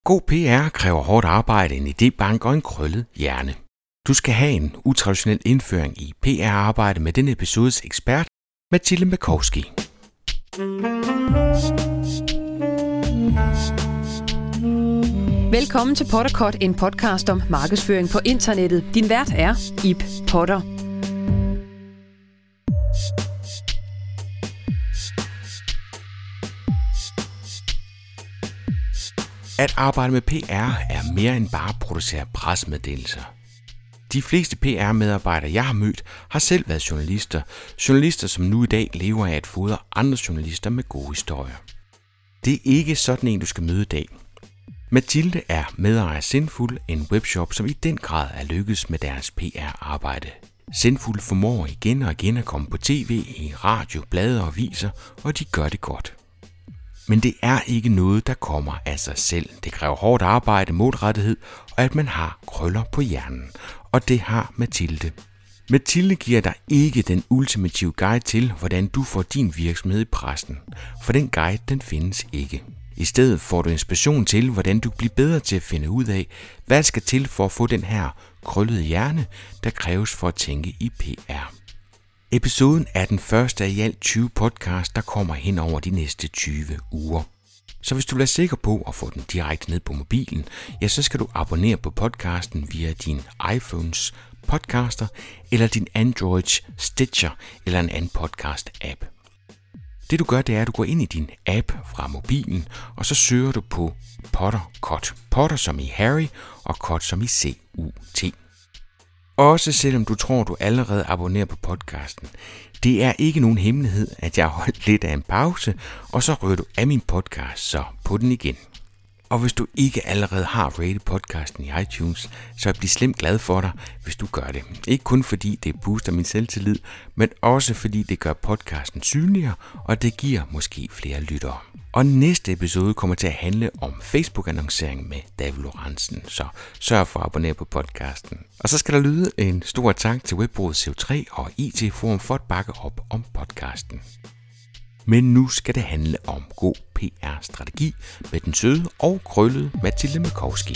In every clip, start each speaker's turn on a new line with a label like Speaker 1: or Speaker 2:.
Speaker 1: God PR kræver hårdt arbejde, en idébank og en krøllet hjerne. Du skal have en utraditionel indføring i PR-arbejde med denne episodes ekspert, Mathilde Makowski.
Speaker 2: Velkommen til Potterkort, en podcast om markedsføring på internettet. Din vært er Ib Potter.
Speaker 1: At arbejde med PR er mere end bare at producere pressemeddelelser. De fleste PR-medarbejdere, jeg har mødt, har selv været journalister. Journalister, som nu i dag lever af at fodre andre journalister med gode historier. Det er ikke sådan en, du skal møde i dag. Mathilde er medejer af Sendfuld, en webshop, som i den grad er lykkedes med deres PR-arbejde. Sendfuld formår igen og igen at komme på tv, i radio, blade og aviser, og de gør det godt. Men det er ikke noget, der kommer af sig selv. Det kræver hårdt arbejde, målrettighed og at man har krøller på hjernen. Og det har Mathilde. Mathilde giver dig ikke den ultimative guide til, hvordan du får din virksomhed i pressen. For den guide, den findes ikke. I stedet får du inspiration til, hvordan du bliver bedre til at finde ud af, hvad der skal til for at få den her krøllede hjerne, der kræves for at tænke i PR. Episoden er den første af i alt 20 podcast, der kommer hen over de næste 20 uger. Så hvis du bliver sikker på at få den direkte ned på mobilen, ja, så skal du abonnere på podcasten via din iPhones podcaster eller din Androids Stitcher eller en anden podcast-app. Det du gør, det er, at du går ind i din app fra mobilen, og så søger du på Potterkort. Potter som i Harry, og Kort som i C-U-T. Også selvom du tror, du allerede abonnerer på podcasten. Det er ikke nogen hemmelighed, at jeg har holdt lidt af en pause, og så rører du af min podcast, så på den igen. Og hvis du ikke allerede har rated podcasten i iTunes, så jeg bliver slemt glad for dig, hvis du gør det. Ikke kun fordi det booster min selvtillid, men også fordi det gør podcasten synligere, og det giver måske flere lyttere. Og næste episode kommer til at handle om Facebook-annoncering med David Lorentzen, så sørg for at abonnere på podcasten. Og så skal der lyde en stor tak til Webbureauet CO3 og IT Forum for at bakke op om podcasten. Men nu skal det handle om god PR-strategi med den søde og krøllede Mathilde Makowski.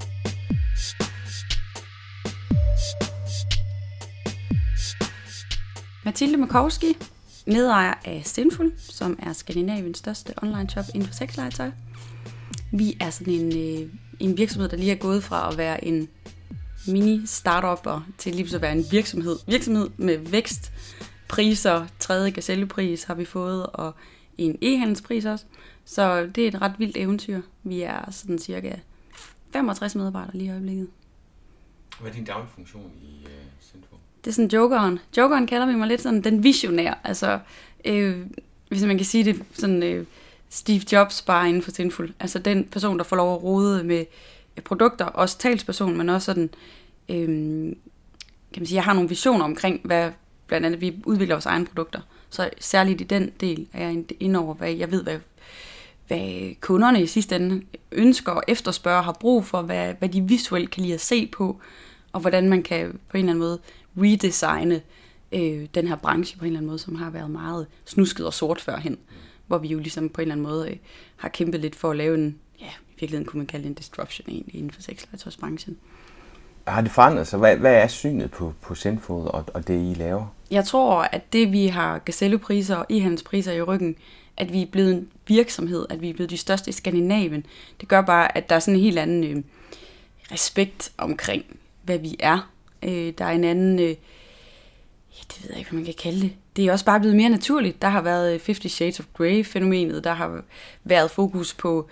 Speaker 3: Mathilde Makowski, medejer af Sendfuld, som er Skandinaviens største online shop inden for sexlegetøj. Vi er sådan en virksomhed, der lige er gået fra at være en mini-startup til lige at være en virksomhed. Virksomhed med vækst. Priser, 3. gazellepris har vi fået, og en e-handelspris også. Så det er et ret vildt eventyr. Vi er sådan cirka 65 medarbejdere lige i øjeblikket.
Speaker 1: Hvad er din daglige funktion i Sendfuld?
Speaker 3: Det er sådan jokeren. Jokeren kalder vi mig lidt sådan den visionær. Altså, hvis man kan sige det, sådan Steve Jobs bare inden for Sendfuld. Altså den person, der får lov at rode med produkter, også talsperson, men også sådan, kan man sige, jeg har nogle visioner omkring, hvad blandt andet, vi udvikler vores egne produkter. Så særligt i den del er jeg inde over, hvad jeg ved, hvad kunderne i sidste ende ønsker og efterspørger, har brug for, hvad de visuelt kan lide at se på, og hvordan man kan på en eller anden måde redesigne den her branche på en eller anden måde, som har været meget snusket og sort førhen, hvor vi jo ligesom på en eller anden måde har kæmpet lidt for at lave en, ja, i virkeligheden kunne man kalde det en disruption egentlig inden for sexlegetøjsbranchen.
Speaker 1: Har det forandret sig? Hvad er synet på Sendfuld og det, I laver?
Speaker 3: Jeg tror, at det, vi har gazellepriser og e-handelspriser i ryggen, at vi er blevet en virksomhed, at vi er blevet de største i Skandinavien, det gør bare, at der er sådan en helt anden respekt omkring, hvad vi er. Der er en anden, det ved jeg ikke, hvad man kan kalde det. Det er også bare blevet mere naturligt. Der har været 50 Shades of Grey-fænomenet, der har været fokus på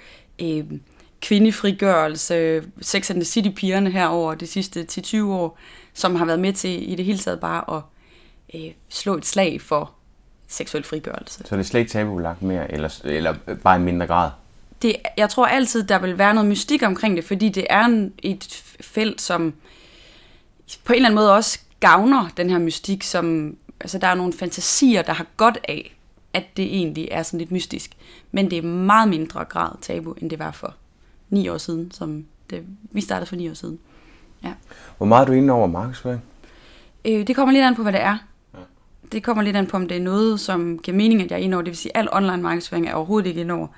Speaker 3: kvindefrigørelse, Sex and the City-pigerne her over de sidste 10-20 år, som har været med til i det hele taget bare at slå et slag for seksuel frigørelse. Så
Speaker 1: det er slet ikke tabubelagt mere, eller bare i mindre grad?
Speaker 3: Jeg tror altid, der vil være noget mystik omkring det, fordi det er et felt, som på en eller anden måde også gavner den her mystik, som, altså der er nogle fantasier, der har godt af, at det egentlig er sådan lidt mystisk. Men det er meget mindre grad tabu, end det var for 9 år siden, vi startede for 9 år siden. Ja.
Speaker 1: Hvor meget er du inde over markedsføring?
Speaker 3: Det kommer lidt an på, hvad det er. Ja. Det kommer lidt an på, om det er noget, som giver mening, at jeg er inde over. Det vil sige, at al online markedsføring er overhovedet ikke inde over.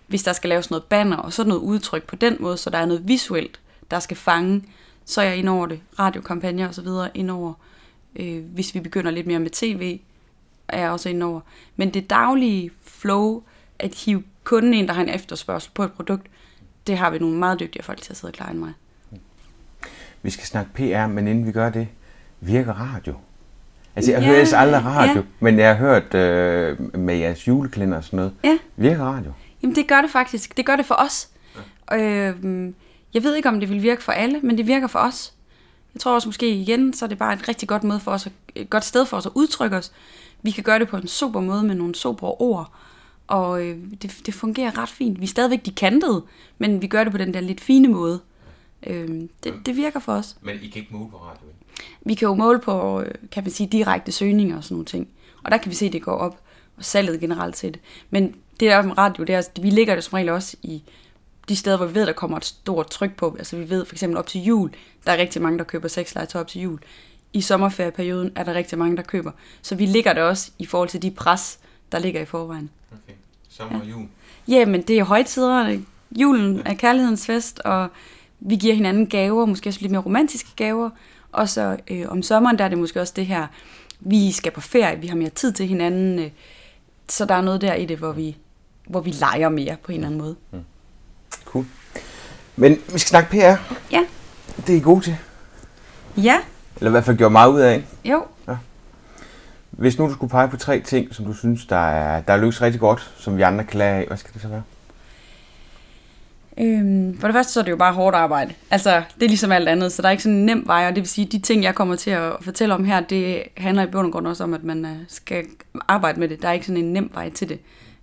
Speaker 3: hvis der skal laves noget banner og sådan noget udtryk på den måde, så der er noget visuelt, der skal fange, så er jeg ind over det. Radiokampagner og så videre ind over. Hvis vi begynder lidt mere med tv, er jeg også ind over. Men det daglige flow, at hive kunden ind, der har en efterspørgsel på et produkt, det har vi nogle meget dygtige folk til at sidde og klare end mig.
Speaker 1: Vi skal snakke PR, men inden vi gør det, virker radio? Altså, jeg hører aldrig radio, men jeg har hørt med jeres julekalender og sådan noget. Ja. Virker radio?
Speaker 3: Jamen, det gør det faktisk. Det gør det for os. Ja. Jeg ved ikke, om det vil virke for alle, men det virker for os. Jeg tror også måske igen, så er det bare et rigtig godt måde for os, et godt sted for os at udtrykke os. Vi kan gøre det på en super måde med nogle super ord, og det fungerer ret fint. Vi er stadigvæk de kantede, men vi gør det på den der lidt fine måde. Det virker for os.
Speaker 1: Men I kan ikke måle på radioen?
Speaker 3: Vi kan jo måle på, kan man sige, direkte søgninger og sådan nogle ting. Og der kan vi se, at det går op, og salget generelt set. Men det der med radio, vi ligger det som regel også i de steder, hvor vi ved, der kommer et stort tryk på. Altså vi ved for eksempel op til jul, der er rigtig mange, der køber sexlegetøj op til jul. I sommerferieperioden er der rigtig mange, der køber. Så vi ligger det også i forhold til de pres, der ligger i forvejen.
Speaker 1: Okay. Sommer og jul?
Speaker 3: Jamen, det er højtider. Julen er kærlighedens fest, og vi giver hinanden gaver, måske også lidt mere romantiske gaver. Og så om sommeren, der er det måske også det her, vi skal på ferie, vi har mere tid til hinanden. Så der er noget der i det, hvor vi leger mere på en eller anden måde. Mm.
Speaker 1: Cool. Men vi skal snakke PR.
Speaker 3: Ja.
Speaker 1: Det er I gode til.
Speaker 3: Ja.
Speaker 1: Eller i hvert fald gjort meget ud af.
Speaker 3: Jo.
Speaker 1: Ja. Hvis nu du skulle pege på 3 ting, som du synes, der lykkes rigtig godt, som vi andre kan lære af, hvad skal det så være?
Speaker 3: For det første så er det jo bare hårdt arbejde. Altså, det er ligesom alt andet, så der er ikke sådan en nem vej, og det vil sige, de ting, jeg kommer til at fortælle om her, det handler i bund og grund også om, at man skal arbejde med det. Der er ikke sådan en nem vej til det.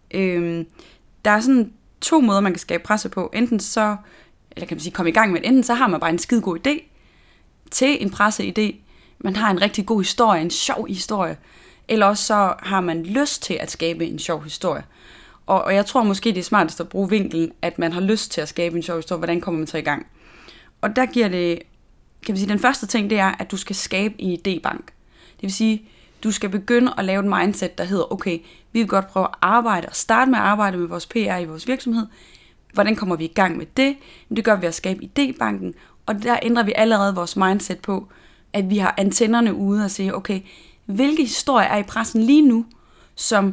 Speaker 3: Der er sådan 2 måder, man kan skabe presse på. Enten så, eller kan man sige, komme i gang med det. Enten så har man bare en skide god idé til en presseidé. Man har en rigtig god historie, en sjov historie. Eller også så har man lyst til at skabe en sjov historie. Og jeg tror måske, det er smartest at bruge vinklen, at man har lyst til at skabe en sjov historie. Hvordan kommer man så i gang? Og der giver det, kan vi sige, den første ting, det er, at du skal skabe en idébank. Det vil sige, du skal begynde at lave et mindset, der hedder, okay, vi vil godt prøve at arbejde og starte med at arbejde med vores PR i vores virksomhed. Hvordan kommer vi i gang med det? Det gør vi ved at skabe idébanken, og der ændrer vi allerede vores mindset på, at vi har antennerne ude og sige, okay, hvilke historier er i pressen lige nu, som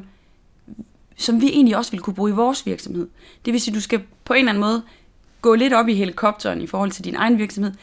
Speaker 3: vi egentlig også vil kunne bruge i vores virksomhed. Det vil sige, at du skal på en eller anden måde gå lidt op i helikopteren i forhold til din egen virksomhed.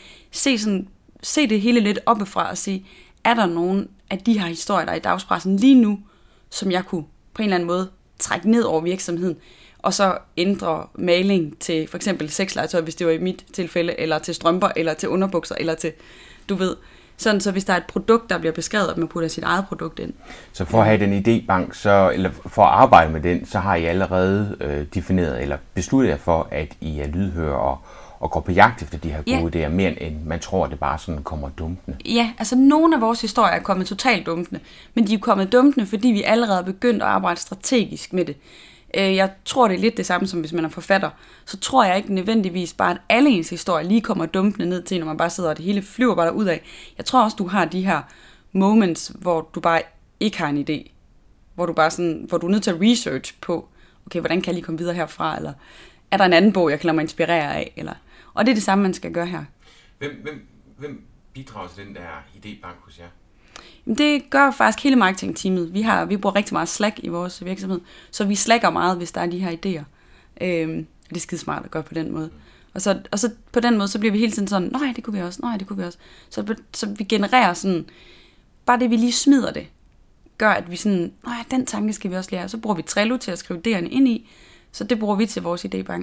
Speaker 3: Se det hele lidt oppefra og se, er der nogen af de her historier, der er i dagspressen lige nu, som jeg kunne på en eller anden måde trække ned over virksomheden, og så ændre maling til for eksempel sexlegetøj, hvis det var i mit tilfælde, eller til strømper, eller til underbukser, eller til, du ved, sådan så hvis der er et produkt, der bliver beskrevet, at man putter sit eget produkt ind.
Speaker 1: Så for at have den idébank, eller for at arbejde med den, så har I allerede defineret eller besluttet jer for, at I er lydhøre og går på jagt efter de her gode idéer, mere end man tror, at det bare sådan kommer dumpende.
Speaker 3: Ja, altså nogle af vores historier er kommet totalt dumpende, men de er kommet dumpende, fordi vi allerede er begyndt at arbejde strategisk med det. Jeg tror, det er lidt det samme, som hvis man er forfatter. Så tror jeg ikke nødvendigvis bare, at alle ens historier lige kommer dumpende ned til, når man bare sidder, og det hele flyver bare derud af. Jeg tror også, du har de her moments, hvor du bare ikke har en idé. Hvor du er nødt til at research på, okay, hvordan kan jeg lige komme videre herfra, eller er der en anden bog, jeg kan lade mig inspirere af, og det er det samme, man skal gøre her.
Speaker 1: Hvem bidrager til den der idébank hos jer?
Speaker 3: Det gør faktisk hele marketingteamet. Vi bruger rigtig meget Slack i vores virksomhed, så vi slacker meget, hvis der er de her idéer. Det er skidesmart at gøre på den måde. Og så på den måde, så bliver vi hele tiden sådan, nej, det kunne vi også. Så vi genererer sådan, bare det vi lige smider det, gør at vi sådan, nej, den tanke skal vi også lære. Så bruger vi Trello til at skrive idéerne ind i, så det bruger vi til vores idébank.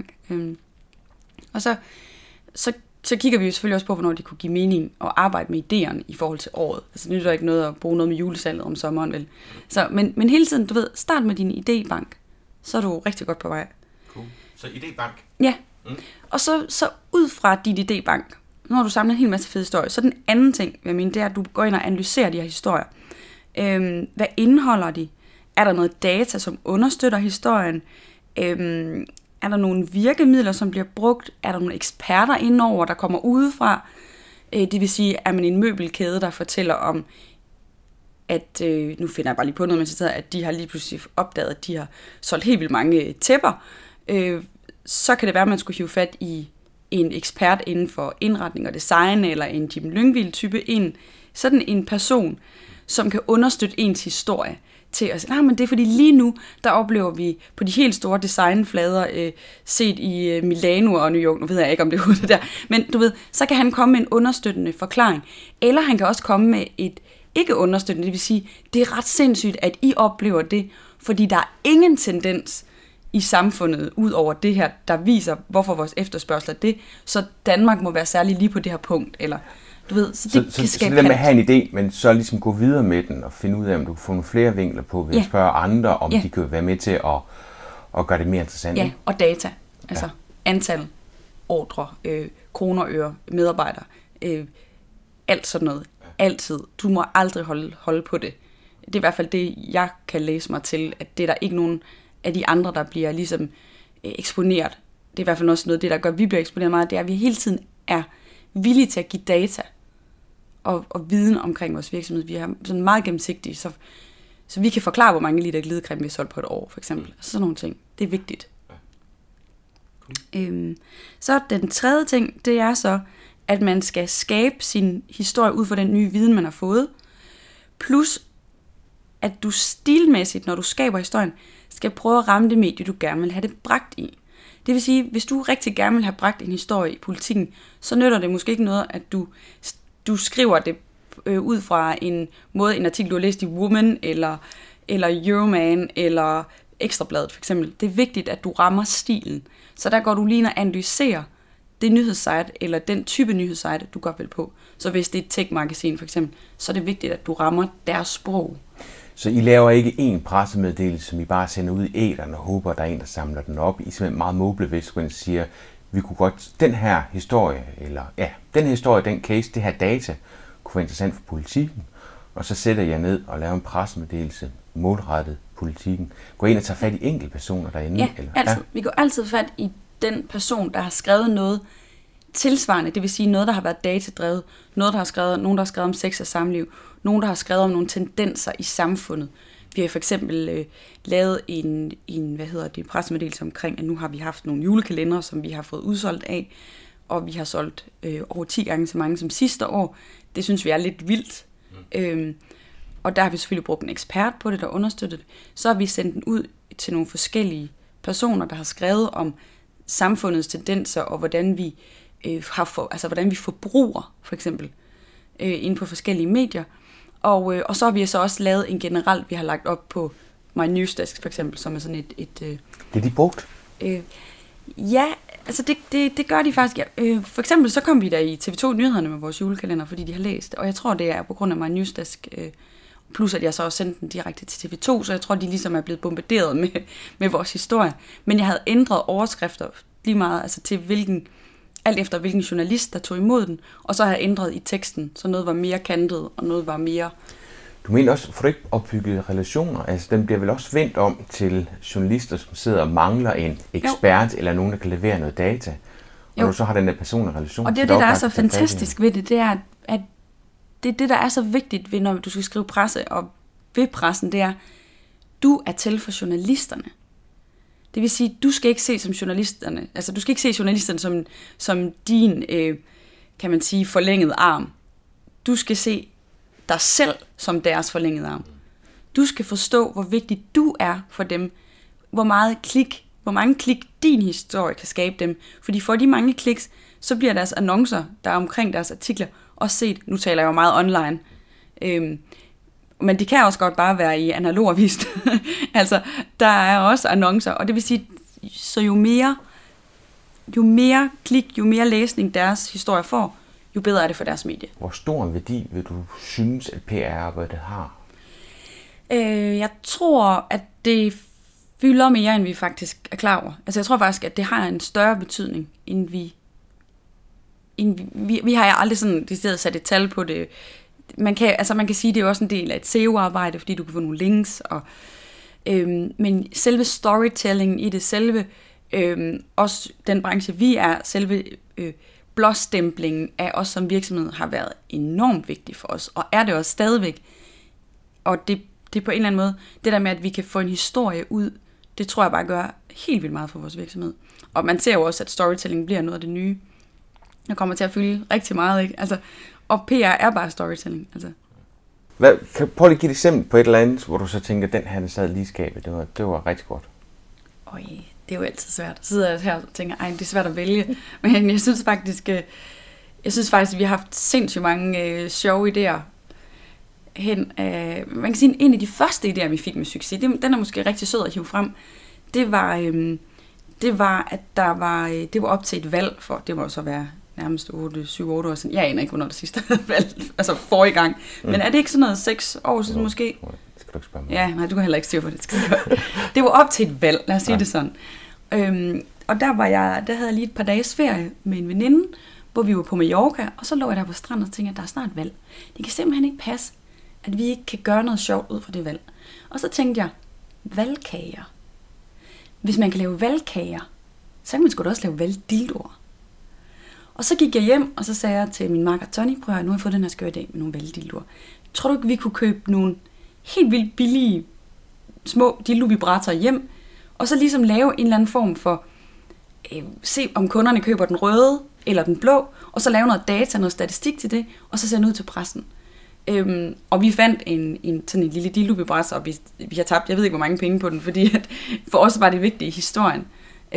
Speaker 3: Og så kigger vi jo selvfølgelig også på, hvornår det kunne give mening at arbejde med idéerne i forhold til året. Altså det er ikke noget at bruge noget med julesalget om sommeren, vel? Så, men hele tiden, du ved, start med din idébank, så er du rigtig godt på vej.
Speaker 1: Cool. Så idébank?
Speaker 3: Ja. Og så ud fra din idébank, når du samler en hel masse fede historier, så den anden ting, jeg mener, det er, at du går ind og analyserer de her historier. Hvad indeholder de? Er der noget data, som understøtter historien? Er der nogle virkemidler, som bliver brugt? Er der nogle eksperter indenover, der kommer udefra? Det vil sige, er man en møbelkæde, der fortæller om, at, nu finder jeg bare lige på noget, at de har lige pludselig opdaget, at de har solgt helt vildt mange tæpper. så kan det være, at man skulle hive fat i en ekspert inden for indretning og design, eller en Jim Lyngvild-type, sådan en person, som kan understøtte ens historie til at sige, men det er fordi lige nu, der oplever vi på de helt store designflader, set i Milano og New York, nu ved jeg ikke, om det er det der, men du ved, så kan han komme med en understøttende forklaring, eller han kan også komme med et ikke understøttende, det vil sige, det er ret sindssygt, at I oplever det, fordi der er ingen tendens i samfundet, ud over det her, der viser, hvorfor vores efterspørgsel er det, så Danmark må være særlig lige på det her punkt, eller du ved, så det kan skabe
Speaker 1: så det der med at have en idé, men så ligesom gå videre med den, og finde ud af, om du kan få nogle flere vinkler på, ved at spørge andre, om de kan være med til at gøre det mere interessant.
Speaker 3: Ja, og data, altså antal, ordre, kroner, øre, medarbejdere, alt sådan noget, altid. Du må aldrig holde på det. Det er i hvert fald det, jeg kan læse mig til, at det er der ikke nogen af de andre, der bliver ligesom eksponeret. Det er i hvert fald også noget, det der gør, at vi bliver eksponeret meget, det er, at vi hele tiden er villige til at give data og viden omkring vores virksomhed. Vi er sådan meget gennemsigtige, så vi kan forklare, hvor mange liter glidecreme vi har solgt på et år, for eksempel. Sådan nogle ting. Det er vigtigt. Så den tredje ting, det er så, at man skal skabe sin historie ud fra den nye viden, man har fået. Plus, at du stilmæssigt, når du skaber historien, skal prøve at ramme det medie, du gerne vil have det bragt i. Det vil sige, hvis du rigtig gerne vil have bragt en historie i politikken, så nytter det måske ikke noget, at du skriver det ud fra en måde, en artikel, du har læst i Woman, eller Euroman, eller Ekstrabladet for eksempel. Det er vigtigt, at du rammer stilen. Så der går du lige og analyserer det nyhedssite, eller den type nyhedssite, du godt vil på. Så hvis det er et tech-magasin for eksempel, så er det vigtigt, at du rammer deres sprog.
Speaker 1: Så I laver ikke én pressemeddelelse, som I bare sender ud i æteren og håber, at der er en, der samler den op. I er simpelthen meget målbevidst, hvor I siger, vi kunne godt, den her historie, den case, det her data, kunne være interessant for politikken. Og så sætter jeg ned og laver en pressemeddelelse målrettet politikken. Går ind og tager fat i enkeltpersoner derinde?
Speaker 3: Ja, eller? Altid. Ja. Vi går altid fat i den person, der har skrevet noget tilsvarende, det vil sige noget, der har været datadrevet, nogen, der har skrevet om sex og samliv, nogen, der har skrevet om nogle tendenser i samfundet. Vi har for eksempel lavet en pressemeddelelse omkring, at nu har vi haft nogle julekalendere, som vi har fået udsolgt af, og vi har solgt over 10 gange så mange som sidste år. Det synes vi er lidt vildt. Og der har vi selvfølgelig brugt en ekspert på det, der understøttede det. Så har vi sendt den ud til nogle forskellige personer, der har skrevet om samfundets tendenser, og hvordan vi hvordan vi forbruger, for eksempel, inde på forskellige medier. Og så har vi så også lavet en generelt, vi har lagt op på My Newsdesk, for eksempel, som er sådan et
Speaker 1: det er de brugt?
Speaker 3: Ja, altså det gør de faktisk. Ja. For eksempel så kom vi der i TV2 Nyhederne med vores julekalender, fordi de har læst, og jeg tror, det er på grund af My Newsdesk, plus at jeg så også sendte den direkte til TV2, så jeg tror, de ligesom er blevet bombarderet med vores historie. Men jeg havde ændret overskrifter lige meget, altså til alt efter hvilken journalist, der tog imod den, og så har jeg ændret i teksten, så noget var mere kantet, og noget var mere...
Speaker 1: Du mener også, får du ikke opbygget relationer? Altså, den bliver vel også vendt om til journalister, som sidder og mangler en ekspert, eller nogen, der kan levere noget data, og du så har den der person i relation.
Speaker 3: Og det er det, der er så fantastisk ved det, det er, at det er det, der er så vigtigt ved, når du skal skrive presse, og ved pressen, det er, du er til for journalisterne. Det vil sige, du skal ikke se som journalisterne, altså du skal ikke se journalisterne som din, kan man sige, forlængede arm. Du skal se dig selv som deres forlængede arm. Du skal forstå, hvor vigtig du er for dem, hvor mange klik din historie kan skabe dem. Fordi for de mange kliks, så bliver deres annoncer, der er omkring deres artikler, også set. Nu taler jeg jo meget online. Men det kan også godt bare være i analogavis. Altså, der er også annoncer, og det vil sige, så jo mere klik, jo mere læsning deres historie får, jo bedre er det for deres medie.
Speaker 1: Hvor stor en værdi vil du synes, at PR-arbejdet har?
Speaker 3: Jeg tror, at det fylder mere, end vi faktisk er klar over. Altså, jeg tror faktisk, at det har en større betydning, end vi har aldrig sådan decideret sat et tal på det. Man kan sige, at det er også en del af et SEO-arbejde, fordi du kan få nogle links. Men selve storytelling i det, selve også den branche, vi er, selve blåstemplingen af os som virksomhed har været enormt vigtig for os, og er det også stadigvæk. Og det er på en eller anden måde, det der med, at vi kan få en historie ud Det tror jeg bare gør helt vildt meget for vores virksomhed. Og man ser jo også, at storytelling bliver noget af det nye. Der kommer til at fylde rigtig meget, ikke? Altså, og PR er bare storytelling. Altså.
Speaker 1: Prøv lige at give et eksempel på et eller andet, hvor du så tænker, den her sad lige i skabet. Det var rigtig godt.
Speaker 3: Det er jo altid svært. Så sidder jeg her og tænker, det er svært at vælge. Men jeg synes faktisk, at vi har haft sindssygt mange sjove idéer hen. Man kan sige, en af de første idéer, vi fik med succes, den er måske rigtig sød at hive frem. Det var, at det var op til et valg for, det må jo så være nærmest 7-8 år siden. Jeg aner ikke, hvornår det sidste valg, altså forrige gang. Men er det ikke sådan noget 6 år siden måske?
Speaker 1: Det skal du ikke spørge mig.
Speaker 3: Ja, nej, du kan heller ikke styre på det. Det var op til et valg, lad os sige det sådan. Og der havde jeg lige et par dages ferie med en veninde, hvor vi var på Mallorca, og så lå jeg der på stranden og tænkte, at der er snart valg. Det kan simpelthen ikke passe, at vi ikke kan gøre noget sjovt ud fra det valg. Og så tænkte jeg, valgkager. Hvis man kan lave valgkager, så kan man sgu da også lave valgdildoer. Og så gik jeg hjem, og så sagde jeg til min makker Tony, prøv at nu har jeg fået den her skøre dag med nogle valgdildoer. Tror du ikke, vi kunne købe nogle helt vildt billige små dildo-vibratorer hjem, og så ligesom lave en eller anden form for, se om kunderne køber den røde eller den blå, og så lave noget data, noget statistik til det, og så sende ud til pressen. Og vi fandt sådan en lille dildo-vibrator, og vi har tabt, jeg ved ikke hvor mange penge på den, fordi at for os var det vigtigt i historien.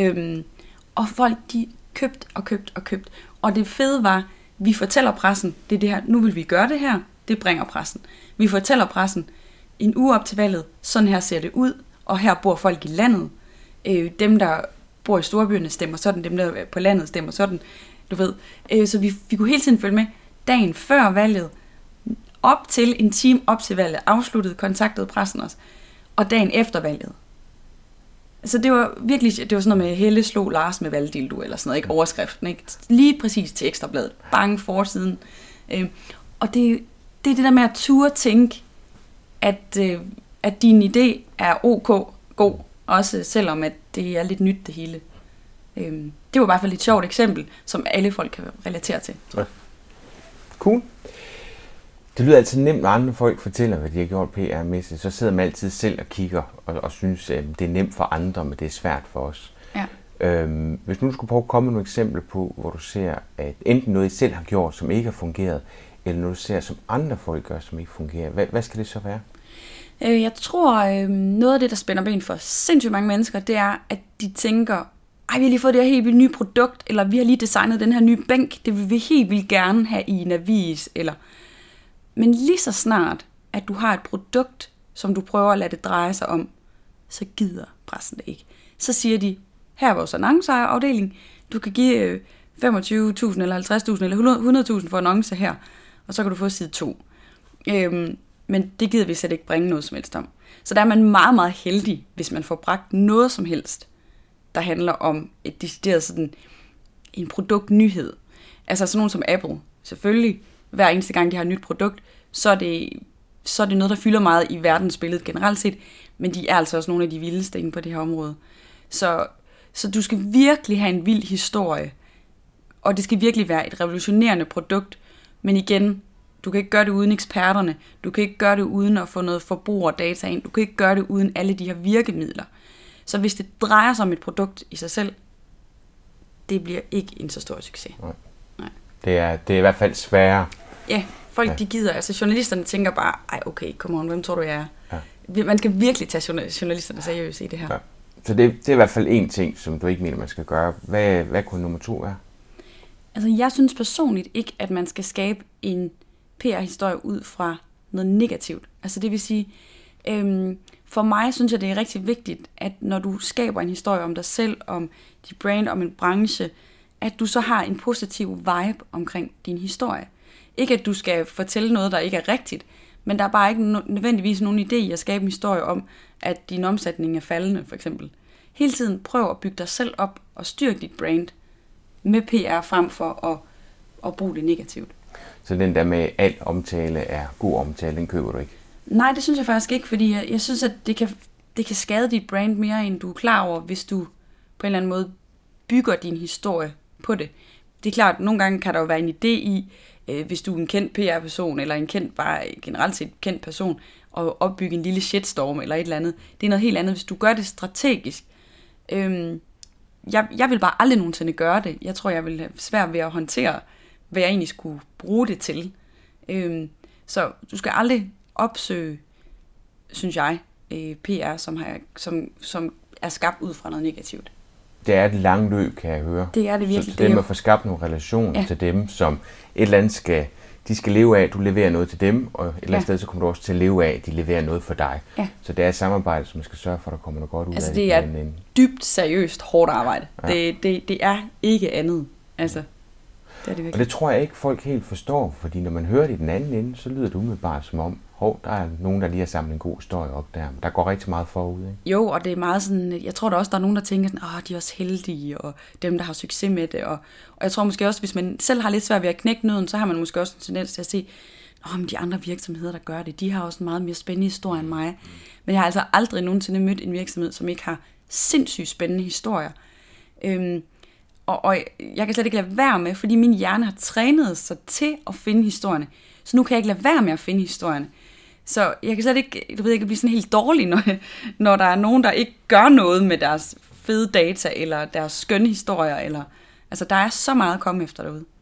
Speaker 3: Og folk, de købt. Og det fede var, vi fortæller pressen, det er det her, nu vil vi gøre det her, det bringer pressen. Vi fortæller pressen, en uge op til valget, sådan her ser det ud, og her bor folk i landet. Dem, der bor i storbyerne, stemmer sådan, dem, der på landet, stemmer sådan, du ved. Så vi kunne hele tiden følge med. Dagen før valget, op til en time op til valget, afsluttede, kontaktede pressen os, og dagen efter valget. Så det var virkelig, det var sådan noget med, Helle slog Lars med valgdildo, eller sådan noget, ikke? Overskriften, ikke? Lige præcis til Ekstrabladet. Bange forsiden. Og det er det der med at turde tænke, at din idé er ok, god, også selvom at det er lidt nyt det hele. Det var i hvert fald et sjovt eksempel, som alle folk kan relatere til.
Speaker 1: Ja. Cool. Det lyder altid nemt, når andre folk fortæller, hvad de har gjort PR-mæssigt. Så sidder man altid selv og kigger og synes, at det er nemt for andre, men det er svært for os.
Speaker 3: Ja.
Speaker 1: Hvis nu du skulle prøve at komme med nogle eksempler på, hvor du ser, at enten noget I selv har gjort, som ikke har fungeret, eller noget du ser, som andre folk gør, som ikke fungerer. Hvad skal det så være?
Speaker 3: Jeg tror, noget af det, der spænder ben for sindssygt mange mennesker, det er, at de tænker, vi har lige fået det her helt vildt nye produkt, eller vi har lige designet den her nye bænk, det vil vi helt vildt gerne have i en avis, eller... Men lige så snart, at du har et produkt, som du prøver at lade det dreje sig om, så gider pressen det ikke. Så siger de, her er vores annonceafdeling, du kan give 25.000 eller 50.000 eller 100.000 for annonce her, og så kan du få side 2. Men det gider vi slet ikke bringe noget som helst om. Så der er man meget, meget heldig, hvis man får bragt noget som helst, der handler om et decideret sådan en produktnyhed. Altså sådan nogen som Apple, selvfølgelig. Hver eneste gang, de har et nyt produkt, så er det noget, der fylder meget i verdensbilledet generelt set, men de er altså også nogle af de vildeste inde på det her område. Så du skal virkelig have en vild historie, og det skal virkelig være et revolutionerende produkt, men igen, du kan ikke gøre det uden eksperterne, du kan ikke gøre det uden at få noget forbrugerdata ind, du kan ikke gøre det uden alle de her virkemidler. Så hvis det drejer sig om et produkt i sig selv, det bliver ikke en så stor succes. Nej.
Speaker 1: Det er i hvert fald sværere.
Speaker 3: Ja, folk de gider. Altså journalisterne tænker bare, okay, come on, hvem tror du, jeg er? Ja. Man skal virkelig tage journalisterne seriøst i det her. Ja.
Speaker 1: Så det er i hvert fald en ting, som du ikke mener, man skal gøre. Hvad kunne nummer 2 være?
Speaker 3: Altså jeg synes personligt ikke, at man skal skabe en PR-historie ud fra noget negativt. Altså det vil sige, for mig synes jeg, det er rigtig vigtigt, at når du skaber en historie om dig selv, om dit brand, om en branche, at du så har en positiv vibe omkring din historie. Ikke at du skal fortælle noget, der ikke er rigtigt, men der er bare ikke nødvendigvis nogen idé i at skabe en historie om, at din omsætning er faldende, for eksempel. Hele tiden prøv at bygge dig selv op og styrke dit brand med PR frem for at bruge det negativt.
Speaker 1: Så den der med al omtale er god omtale, den køber du ikke? Nej,
Speaker 3: det synes jeg faktisk ikke, fordi jeg synes, at det kan skade dit brand mere, end du er klar over, hvis du på en eller anden måde bygger din historie på det. Det er klart, at nogle gange kan der jo være en idé i, hvis du er en kendt PR-person, eller en kendt, bare generelt set kendt person, opbygge en lille shitstorm eller et eller andet. Det er noget helt andet, hvis du gør det strategisk. Jeg vil bare aldrig nogensinde gøre det. Jeg tror, jeg vil have svært ved at håndtere, hvad jeg egentlig skulle bruge det til. Så du skal aldrig opsøge, synes jeg, PR, som er skabt ud fra noget negativt.
Speaker 1: Det er et langt løb, kan jeg høre.
Speaker 3: Det er det virkelig.
Speaker 1: Så det med at få skabt nogle relationer til dem, som et eller andet skal leve af, du leverer noget til dem, og et eller andet sted, så kommer du også til at leve af, at de leverer noget for dig. Ja. Så det er et samarbejde, som man skal sørge for, at der kommer noget godt ud af det.
Speaker 3: Det er dybt seriøst hårdt arbejde. Ja. Det er ikke andet. Altså, det er det virkelig.
Speaker 1: Og det tror jeg ikke, folk helt forstår, fordi når man hører det i den anden ende, så lyder det umiddelbart som om, der er nogen, der lige har samlet en god historie op der. Men der går rigtig meget forud, ikke?
Speaker 3: Jo, og det er meget sådan, jeg tror da også, der er nogen, der tænker sådan, de er også heldige, og dem, der har succes med det. Og jeg tror måske også, hvis man selv har lidt svært ved at knække nøden, så har man måske også en tendens til at se, men de andre virksomheder, der gør det, de har også en meget mere spændende historie end mig. Men jeg har altså aldrig nogensinde mødt en virksomhed, som ikke har sindssygt spændende historier. Og jeg kan slet ikke lade være med, fordi min hjerne har trænet sig til at finde historierne. Så nu kan jeg ikke lade være med at finde historierne. Så jeg kan slet ikke, jeg kan blive sådan helt dårlig, når der er nogen, der ikke gør noget med deres fede data, eller deres skønne historier, eller, altså der er så meget at komme efter derude.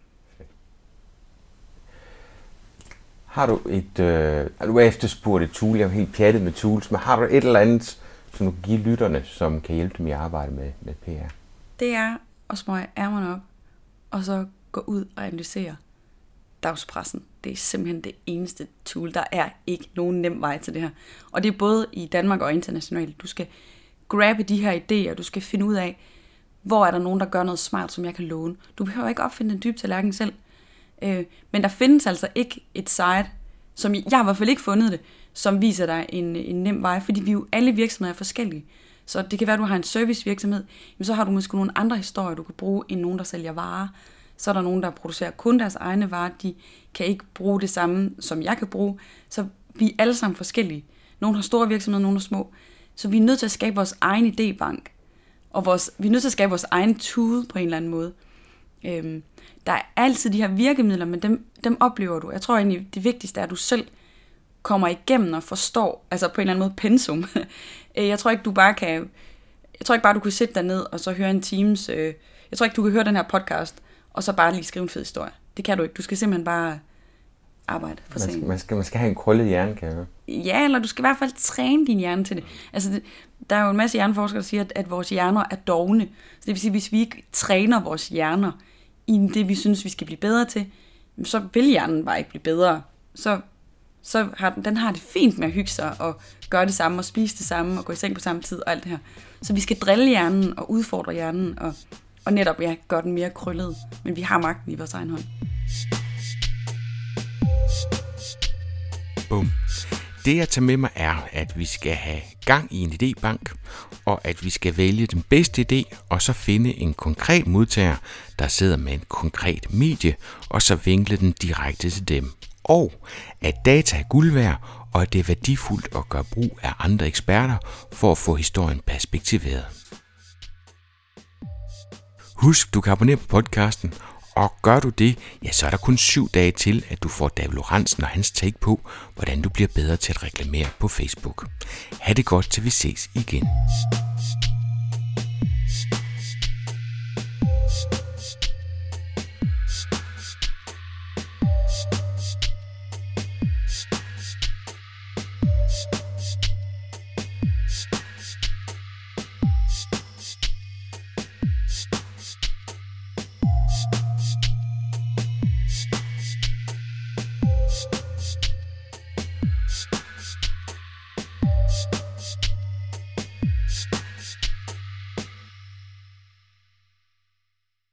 Speaker 1: Har du du er efterspurgt et tool, jeg er helt pjattet med tools, men har du et eller andet, som du kan give lytterne, som kan hjælpe dem i at arbejde med PR?
Speaker 3: Det er at smøge ærmerne op, og så gå ud og analysere dagspressen. Det er simpelthen det eneste tool. Der er ikke nogen nem vej til det her. Og det er både i Danmark og internationalt. Du skal grabbe de her idéer. Du skal finde ud af, hvor er der nogen, der gør noget smart, som jeg kan låne. Du behøver ikke opfinde en dyb tallerken selv. Men der findes altså ikke et site, som jeg har i hvert fald ikke fundet det, som viser dig en nem vej, fordi vi jo alle virksomheder er forskellige. Så det kan være, at du har en servicevirksomhed, men så har du måske nogle andre historier, du kan bruge, end nogen, der sælger varer. Så er der nogen, der producerer kun deres egne varer. De kan ikke bruge det samme, som jeg kan bruge. Så vi er alle sammen forskellige. Nogle har store virksomheder, nogle har små. Så vi er nødt til at skabe vores egen idébank. Og vi er nødt til at skabe vores egen tool på en eller anden måde. Der er altid de her virkemidler, men dem oplever du. Jeg tror egentlig, det vigtigste er, at du selv kommer igennem og forstår, altså på en eller anden måde pensum. Jeg tror ikke, du bare du kan sætte dig ned og så høre en Teams. Jeg tror ikke, du kan høre den her podcast, og så bare lige skrive en fed historie. Det kan du ikke. Du skal simpelthen bare arbejde for sig.
Speaker 1: Man skal have en krøllet hjerne, kan jeg høre.
Speaker 3: Ja, eller du skal i hvert fald træne din hjerne til det. Altså, der er jo en masse hjerneforskere, der siger, at vores hjerner er dovne. Så det vil sige, at hvis vi ikke træner vores hjerner i det, vi synes, vi skal blive bedre til, så vil hjernen bare ikke blive bedre. Så den har det fint med at hygge sig og gøre det samme og spise det samme og gå i seng på samme tid og alt det her. Så vi skal drille hjernen og udfordre hjernen og netop gøre den mere krøllet. Men vi har magten i vores egen hånd.
Speaker 1: Bum. Det jeg tager med mig er, at vi skal have gang i en idébank, og at vi skal vælge den bedste idé, og så finde en konkret modtager, der sidder med en konkret medie, og så vinkle den direkte til dem. Og at data er guld værd, og at det er værdifuldt at gøre brug af andre eksperter for at få historien perspektiveret. Husk, du kan abonnere på podcasten, og gør du det, ja, så er der kun 7 dage til, at du får David Lorentzen og hans take på, hvordan du bliver bedre til at reklamere på Facebook. Ha' det godt, til vi ses igen.